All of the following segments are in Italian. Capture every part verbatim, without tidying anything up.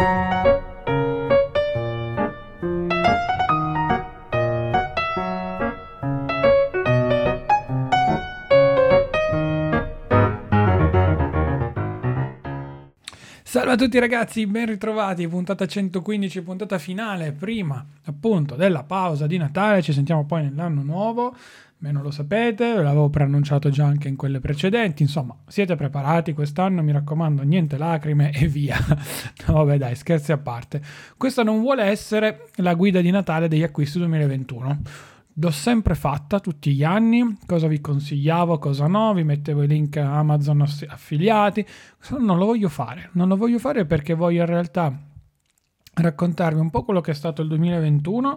Salve a tutti ragazzi, ben ritrovati, puntata centoquindici, puntata finale, prima appunto della pausa di Natale, ci sentiamo poi nell'anno nuovo, me non lo sapete, ve l'avevo preannunciato già anche in quelle precedenti, insomma siete preparati quest'anno, mi raccomando, niente lacrime e via. No, vabbè dai, scherzi a parte, questa non vuole essere la guida di Natale degli acquisti duemilaventuno. L'ho sempre fatta tutti gli anni, cosa vi consigliavo, cosa no, vi mettevo i link Amazon affiliati, non lo voglio fare, non lo voglio fare perché voglio in realtà raccontarvi un po' quello che è stato il duemilaventuno,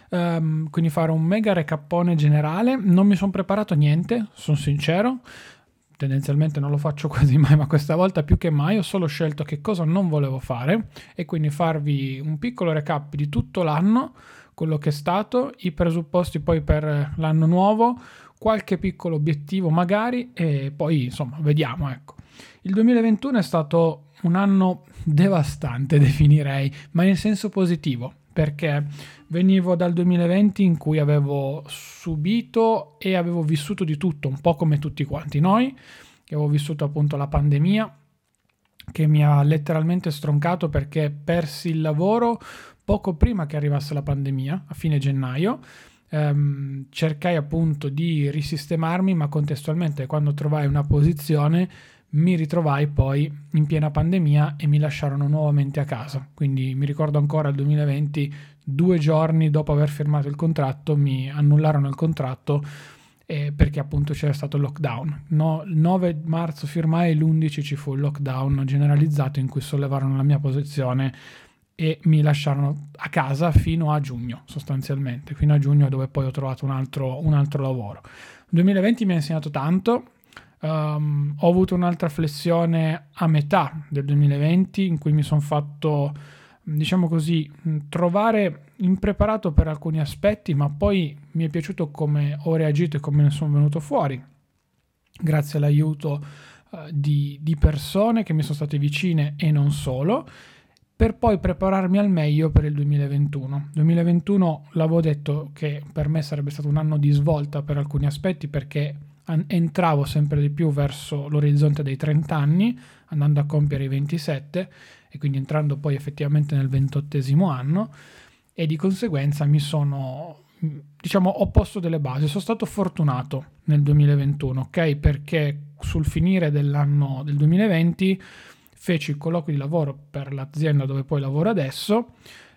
um, quindi fare un mega recappone generale. Non mi sono preparato niente, sono sincero, tendenzialmente non lo faccio quasi mai, ma questa volta più che mai ho solo scelto che cosa non volevo fare e quindi farvi un piccolo recap di tutto l'anno, quello che è stato, i presupposti poi per l'anno nuovo, qualche piccolo obiettivo magari e poi insomma vediamo, ecco. Il duemilaventuno è stato un anno devastante, definirei, ma in senso positivo, perché venivo dal duemilaventi in cui avevo subito e avevo vissuto di tutto, un po' come tutti quanti noi, che avevo vissuto appunto la pandemia, che mi ha letteralmente stroncato perché persi il lavoro poco prima che arrivasse la pandemia, a fine gennaio. Ehm, cercai appunto di risistemarmi, ma contestualmente quando trovai una posizione mi ritrovai poi in piena pandemia e mi lasciarono nuovamente a casa. Quindi mi ricordo ancora il duemilaventi, due giorni dopo aver firmato il contratto mi annullarono il contratto eh, perché appunto c'era stato il lockdown. No, il nove marzo firmai e l'undici ci fu il lockdown generalizzato in cui sollevarono la mia posizione e mi lasciarono a casa fino a giugno, sostanzialmente, fino a giugno dove poi ho trovato un altro, un altro lavoro. Il duemilaventi mi ha insegnato tanto, um, ho avuto un'altra flessione a metà del duemilaventi in cui mi sono fatto, diciamo così, trovare impreparato per alcuni aspetti, ma poi mi è piaciuto come ho reagito e come ne sono venuto fuori, grazie all'aiuto uh, di, di persone che mi sono state vicine e non solo, per poi prepararmi al meglio per il duemilaventuno. duemilaventuno l'avevo detto che per me sarebbe stato un anno di svolta per alcuni aspetti perché an- entravo sempre di più verso l'orizzonte dei trenta anni, andando a compiere i ventisette e quindi entrando poi effettivamente nel ventottesimo anno e di conseguenza mi sono, diciamo, ho posto delle basi. Sono stato fortunato nel duemilaventuno, ok? Perché sul finire dell'anno del duemilaventi feci il colloquio di lavoro per l'azienda dove poi lavoro adesso,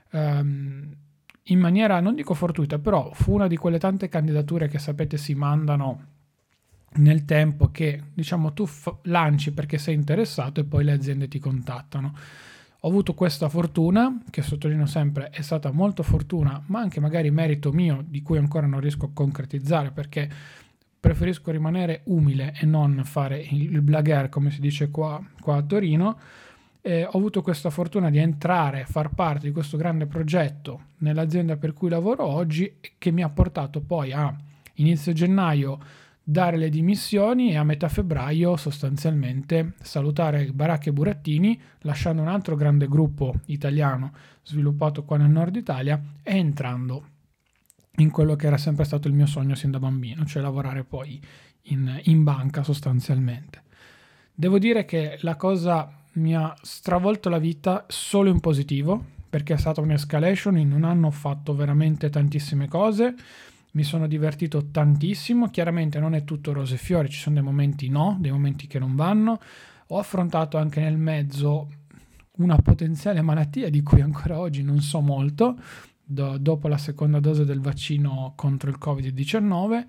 ehm, in maniera, non dico fortuita, però fu una di quelle tante candidature che sapete si mandano nel tempo che, diciamo, tu f- lanci perché sei interessato e poi le aziende ti contattano. Ho avuto questa fortuna, che sottolineo sempre è stata molto fortuna, ma anche magari merito mio, di cui ancora non riesco a concretizzare perché preferisco rimanere umile e non fare il blagher come si dice qua, qua a Torino. Eh, ho avuto questa fortuna di entrare, far parte di questo grande progetto nell'azienda per cui lavoro oggi che mi ha portato poi a inizio gennaio dare le dimissioni e a metà febbraio sostanzialmente salutare Baracca e Burattini lasciando un altro grande gruppo italiano sviluppato qua nel nord Italia e entrando in quello che era sempre stato il mio sogno sin da bambino, cioè lavorare poi in, in banca sostanzialmente. Devo dire che la cosa mi ha stravolto la vita solo in positivo, perché è stata un'escalation, in un anno ho fatto veramente tantissime cose, mi sono divertito tantissimo, chiaramente non è tutto rose e fiori, ci sono dei momenti no, dei momenti che non vanno, ho affrontato anche nel mezzo una potenziale malattia di cui ancora oggi non so molto, Do, dopo la seconda dose del vaccino contro il covid diciannove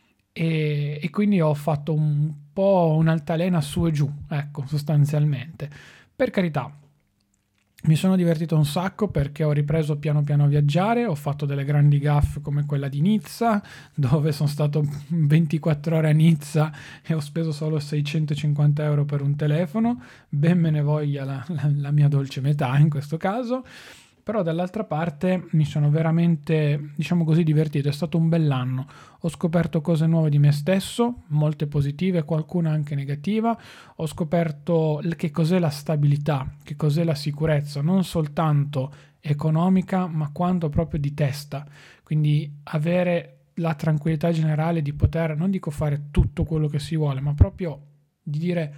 e, e quindi ho fatto un po' un'altalena su e giù, ecco, sostanzialmente. Per carità, mi sono divertito un sacco perché ho ripreso piano piano a viaggiare, ho fatto delle grandi gaffe come quella di Nizza, dove sono stato ventiquattro ore a Nizza e ho speso solo seicentocinquanta euro per un telefono, ben me ne voglia la, la, la mia dolce metà in questo caso. Però dall'altra parte mi sono veramente, diciamo così, divertito, è stato un bell'anno. Ho scoperto cose nuove di me stesso, molte positive, qualcuna anche negativa. Ho scoperto l- che cos'è la stabilità, che cos'è la sicurezza, non soltanto economica, ma quanto proprio di testa. Quindi avere la tranquillità generale di poter, non dico fare tutto quello che si vuole, ma proprio di dire,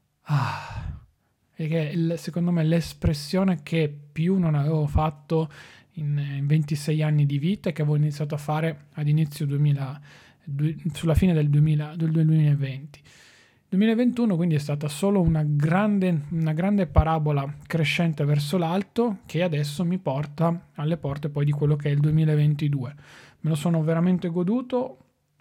ah, perché il- secondo me l'espressione che più non avevo fatto in, in ventisei anni di vita e che avevo iniziato a fare ad inizio duemila, du- sulla fine del, duemila, del duemilaventi. duemilaventuno quindi è stata solo una grande, una grande parabola crescente verso l'alto che adesso mi porta alle porte poi di quello che è il duemilaventidue. Me lo sono veramente goduto,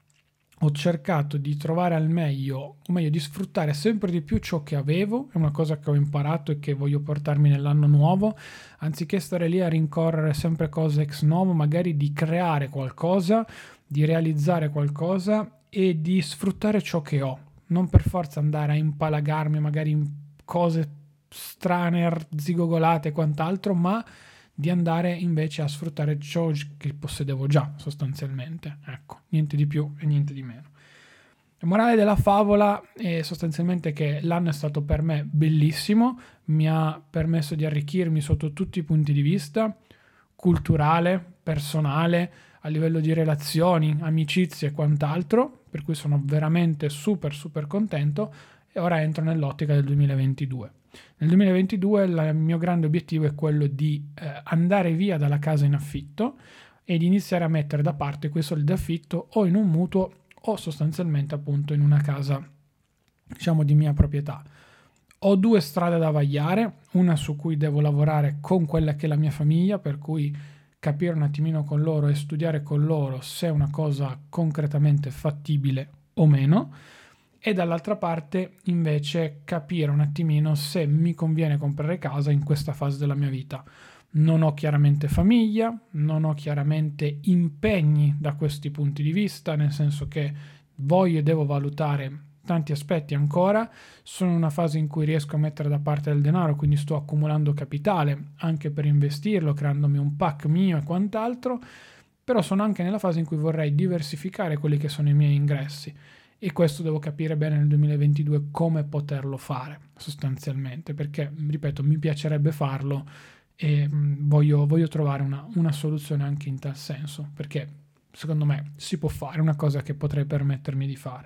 ho cercato di trovare al meglio, o meglio di sfruttare sempre di più ciò che avevo, è una cosa che ho imparato e che voglio portarmi nell'anno nuovo, anziché stare lì a rincorrere sempre cose ex novo, magari di creare qualcosa, di realizzare qualcosa e di sfruttare ciò che ho, non per forza andare a impalagarmi magari in cose strane, arzigogolate e quant'altro, ma di andare invece a sfruttare ciò che possedevo già sostanzialmente. Ecco, niente di più e niente di meno. La morale della favola è sostanzialmente che l'anno è stato per me bellissimo, mi ha permesso di arricchirmi sotto tutti i punti di vista, culturale, personale, a livello di relazioni, amicizie e quant'altro, per cui sono veramente super super contento e ora entro nell'ottica del duemilaventidue. Nel duemilaventidue il mio grande obiettivo è quello di eh, andare via dalla casa in affitto e di iniziare a mettere da parte quei soldi d'affitto o in un mutuo o sostanzialmente appunto in una casa, diciamo, di mia proprietà. Ho due strade da vagliare, una su cui devo lavorare con quella che è la mia famiglia, per cui capire un attimino con loro e studiare con loro se è una cosa concretamente fattibile o meno, e dall'altra parte invece capire un attimino se mi conviene comprare casa in questa fase della mia vita. Non ho chiaramente famiglia, non ho chiaramente impegni da questi punti di vista, nel senso che voglio e devo valutare tanti aspetti ancora, sono in una fase in cui riesco a mettere da parte del denaro, quindi sto accumulando capitale anche per investirlo, creandomi un pack mio e quant'altro, però sono anche nella fase in cui vorrei diversificare quelli che sono i miei ingressi e questo devo capire bene nel duemilaventidue come poterlo fare sostanzialmente, perché ripeto, mi piacerebbe farlo e mh, voglio, voglio trovare una, una soluzione anche in tal senso, perché secondo me si può fare, è una cosa che potrei permettermi di fare.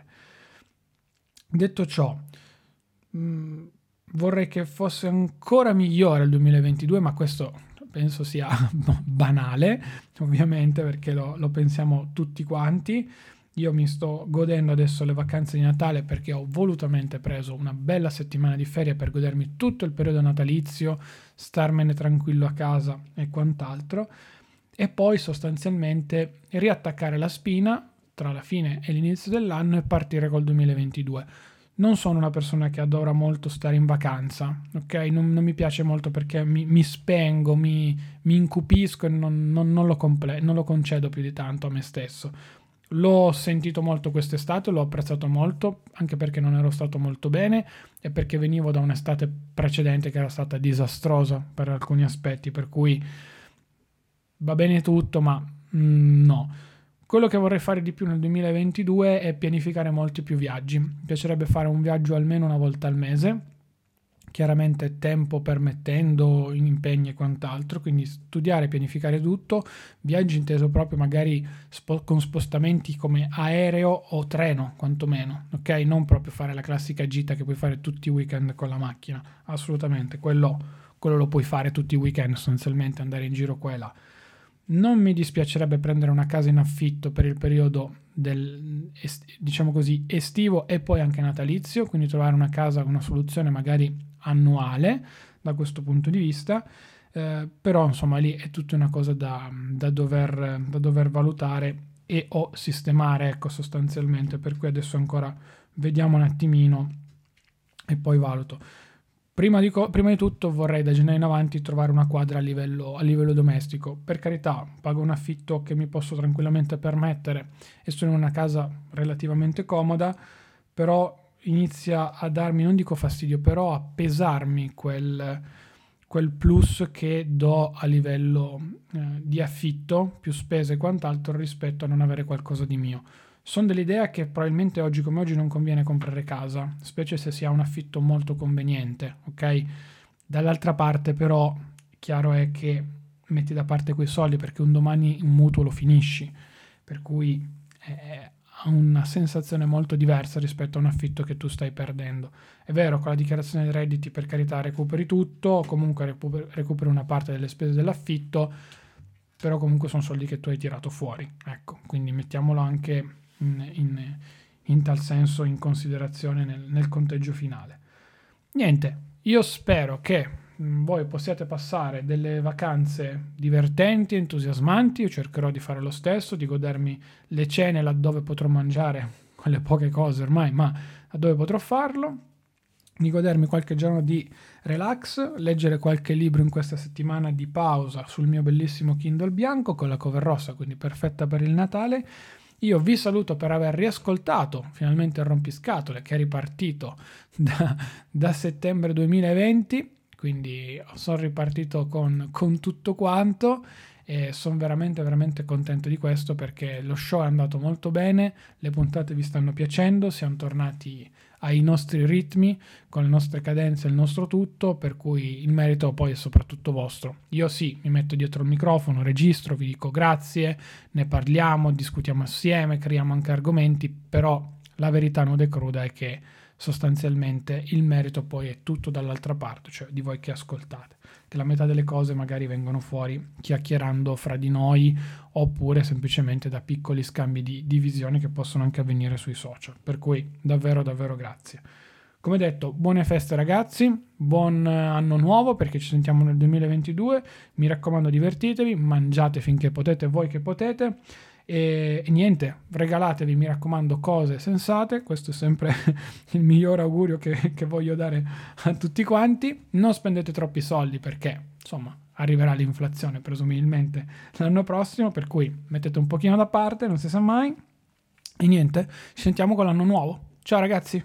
Detto ciò, mh, vorrei che fosse ancora migliore il duemilaventidue, ma questo penso sia banale, ovviamente, perché lo, lo pensiamo tutti quanti. Io mi sto godendo adesso le vacanze di Natale perché ho volutamente preso una bella settimana di ferie per godermi tutto il periodo natalizio, starmene tranquillo a casa e quant'altro, e poi sostanzialmente riattaccare la spina tra la fine e l'inizio dell'anno e partire col duemilaventidue. Non sono una persona che adora molto stare in vacanza, ok? Non, non mi piace molto perché mi, mi spengo, mi, mi incupisco e non, non, non, lo comple- non lo concedo più di tanto a me stesso. L'ho sentito molto quest'estate, l'ho apprezzato molto, anche perché non ero stato molto bene e perché venivo da un'estate precedente che era stata disastrosa per alcuni aspetti, per cui va bene tutto, ma mm, no. Quello che vorrei fare di più nel duemilaventidue è pianificare molti più viaggi. Mi piacerebbe fare un viaggio almeno una volta al mese, chiaramente tempo permettendo, in impegni e quant'altro, quindi studiare, pianificare tutto, viaggi inteso proprio magari spo- con spostamenti come aereo o treno, quantomeno, ok? Non proprio fare la classica gita che puoi fare tutti i weekend con la macchina, assolutamente, quello, quello lo puoi fare tutti i weekend, sostanzialmente andare in giro qua e là. Non mi dispiacerebbe prendere una casa in affitto per il periodo del, est- diciamo così, estivo e poi anche natalizio, quindi trovare una casa, una soluzione magari annuale da questo punto di vista, eh, però insomma lì è tutta una cosa da, da dover, da dover valutare e o sistemare, ecco, sostanzialmente, per cui adesso ancora vediamo un attimino e poi valuto. Prima di, co- prima di tutto vorrei da gennaio in avanti trovare una quadra a livello, a livello domestico. Per carità, pago un affitto che mi posso tranquillamente permettere e sono in una casa relativamente comoda, però inizia a darmi, non dico fastidio, però a pesarmi quel, quel plus che do a livello eh, di affitto, più spese e quant'altro, rispetto a non avere qualcosa di mio. Sono dell'idea che probabilmente oggi come oggi non conviene comprare casa, specie se si ha un affitto molto conveniente, ok? Dall'altra parte però, chiaro è che metti da parte quei soldi perché un domani un mutuo lo finisci, per cui eh, ha una sensazione molto diversa rispetto a un affitto che tu stai perdendo. È vero, con la dichiarazione dei redditi per carità recuperi tutto, o comunque recuperi, recuperi una parte delle spese dell'affitto, però comunque sono soldi che tu hai tirato fuori, ecco, quindi mettiamolo anche in, in, in tal senso in considerazione nel, nel conteggio finale. Niente, io spero che voi possiate passare delle vacanze divertenti, entusiasmanti. Io cercherò di fare lo stesso, di godermi le cene laddove potrò mangiare quelle poche cose ormai, ma laddove potrò farlo, di godermi qualche giorno di relax, leggere qualche libro in questa settimana di pausa sul mio bellissimo Kindle bianco con la cover rossa, quindi perfetta per il Natale. Io vi saluto per aver riascoltato finalmente il Rompiscatole, che è ripartito da, da settembre duemilaventi, quindi sono ripartito con, con tutto quanto e sono veramente veramente contento di questo, perché lo show è andato molto bene, le puntate vi stanno piacendo, siamo tornati ai nostri ritmi, con le nostre cadenze, il nostro tutto, per cui il merito poi è soprattutto vostro. Io sì, mi metto dietro il microfono, registro, vi dico grazie, ne parliamo, discutiamo assieme, creiamo anche argomenti, però la verità nuda e cruda è che sostanzialmente il merito poi è tutto dall'altra parte, cioè di voi che ascoltate, che la metà delle cose magari vengono fuori chiacchierando fra di noi, oppure semplicemente da piccoli scambi di, di visioni che possono anche avvenire sui social, per cui davvero davvero grazie. Come detto, buone feste ragazzi, buon anno nuovo, perché ci sentiamo nel duemilaventidue, mi raccomando divertitevi, mangiate finché potete voi che potete, e, e niente, regalatevi mi raccomando cose sensate, questo è sempre il miglior augurio che, che voglio dare a tutti quanti. Non spendete troppi soldi perché insomma arriverà l'inflazione presumibilmente l'anno prossimo, per cui mettete un pochino da parte, non si sa mai. E niente, ci sentiamo con l'anno nuovo. Ciao ragazzi.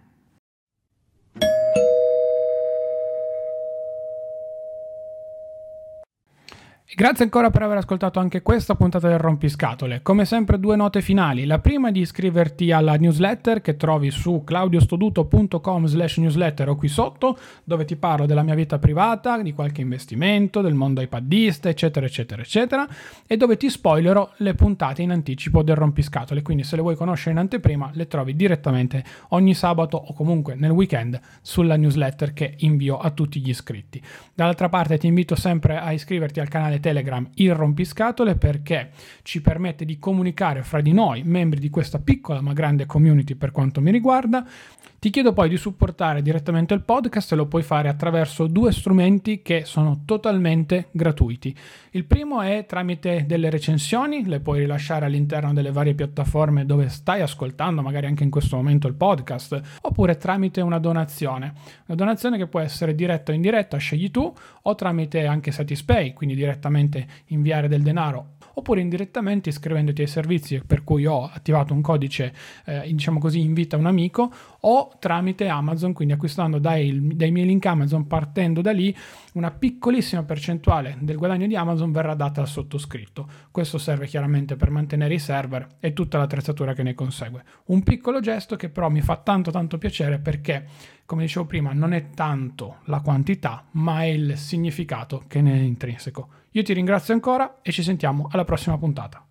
Grazie ancora per aver ascoltato anche questa puntata del Rompiscatole. Come sempre due note finali. La prima è di iscriverti alla newsletter che trovi su claudiostoduto punto com slash newsletter o qui sotto, dove ti parlo della mia vita privata, di qualche investimento, del mondo iPadista, eccetera, eccetera, eccetera, e dove ti spoilerò le puntate in anticipo del Rompiscatole. Quindi se le vuoi conoscere in anteprima, le trovi direttamente ogni sabato o comunque nel weekend sulla newsletter che invio a tutti gli iscritti. Dall'altra parte ti invito sempre a iscriverti al canale Telegram Il Rompiscatole, perché ci permette di comunicare fra di noi, membri di questa piccola ma grande community per quanto mi riguarda. Ti chiedo poi di supportare direttamente il podcast, e lo puoi fare attraverso due strumenti che sono totalmente gratuiti. Il primo è tramite delle recensioni, le puoi rilasciare all'interno delle varie piattaforme dove stai ascoltando, magari anche in questo momento il podcast, oppure tramite una donazione. Una donazione che può essere diretta o indiretta, scegli tu, o tramite anche Satispay, quindi direttamente inviare del denaro, oppure indirettamente iscrivendoti ai servizi per cui ho attivato un codice, eh, diciamo così, invita un amico, o tramite Amazon, quindi acquistando dai, dai miei link Amazon, partendo da lì, una piccolissima percentuale del guadagno di Amazon verrà data al sottoscritto. Questo serve chiaramente per mantenere i server e tutta l'attrezzatura che ne consegue. Un piccolo gesto che però mi fa tanto tanto piacere, perché, come dicevo prima, non è tanto la quantità, ma è il significato che ne è intrinseco. Io ti ringrazio ancora e ci sentiamo alla prossima puntata.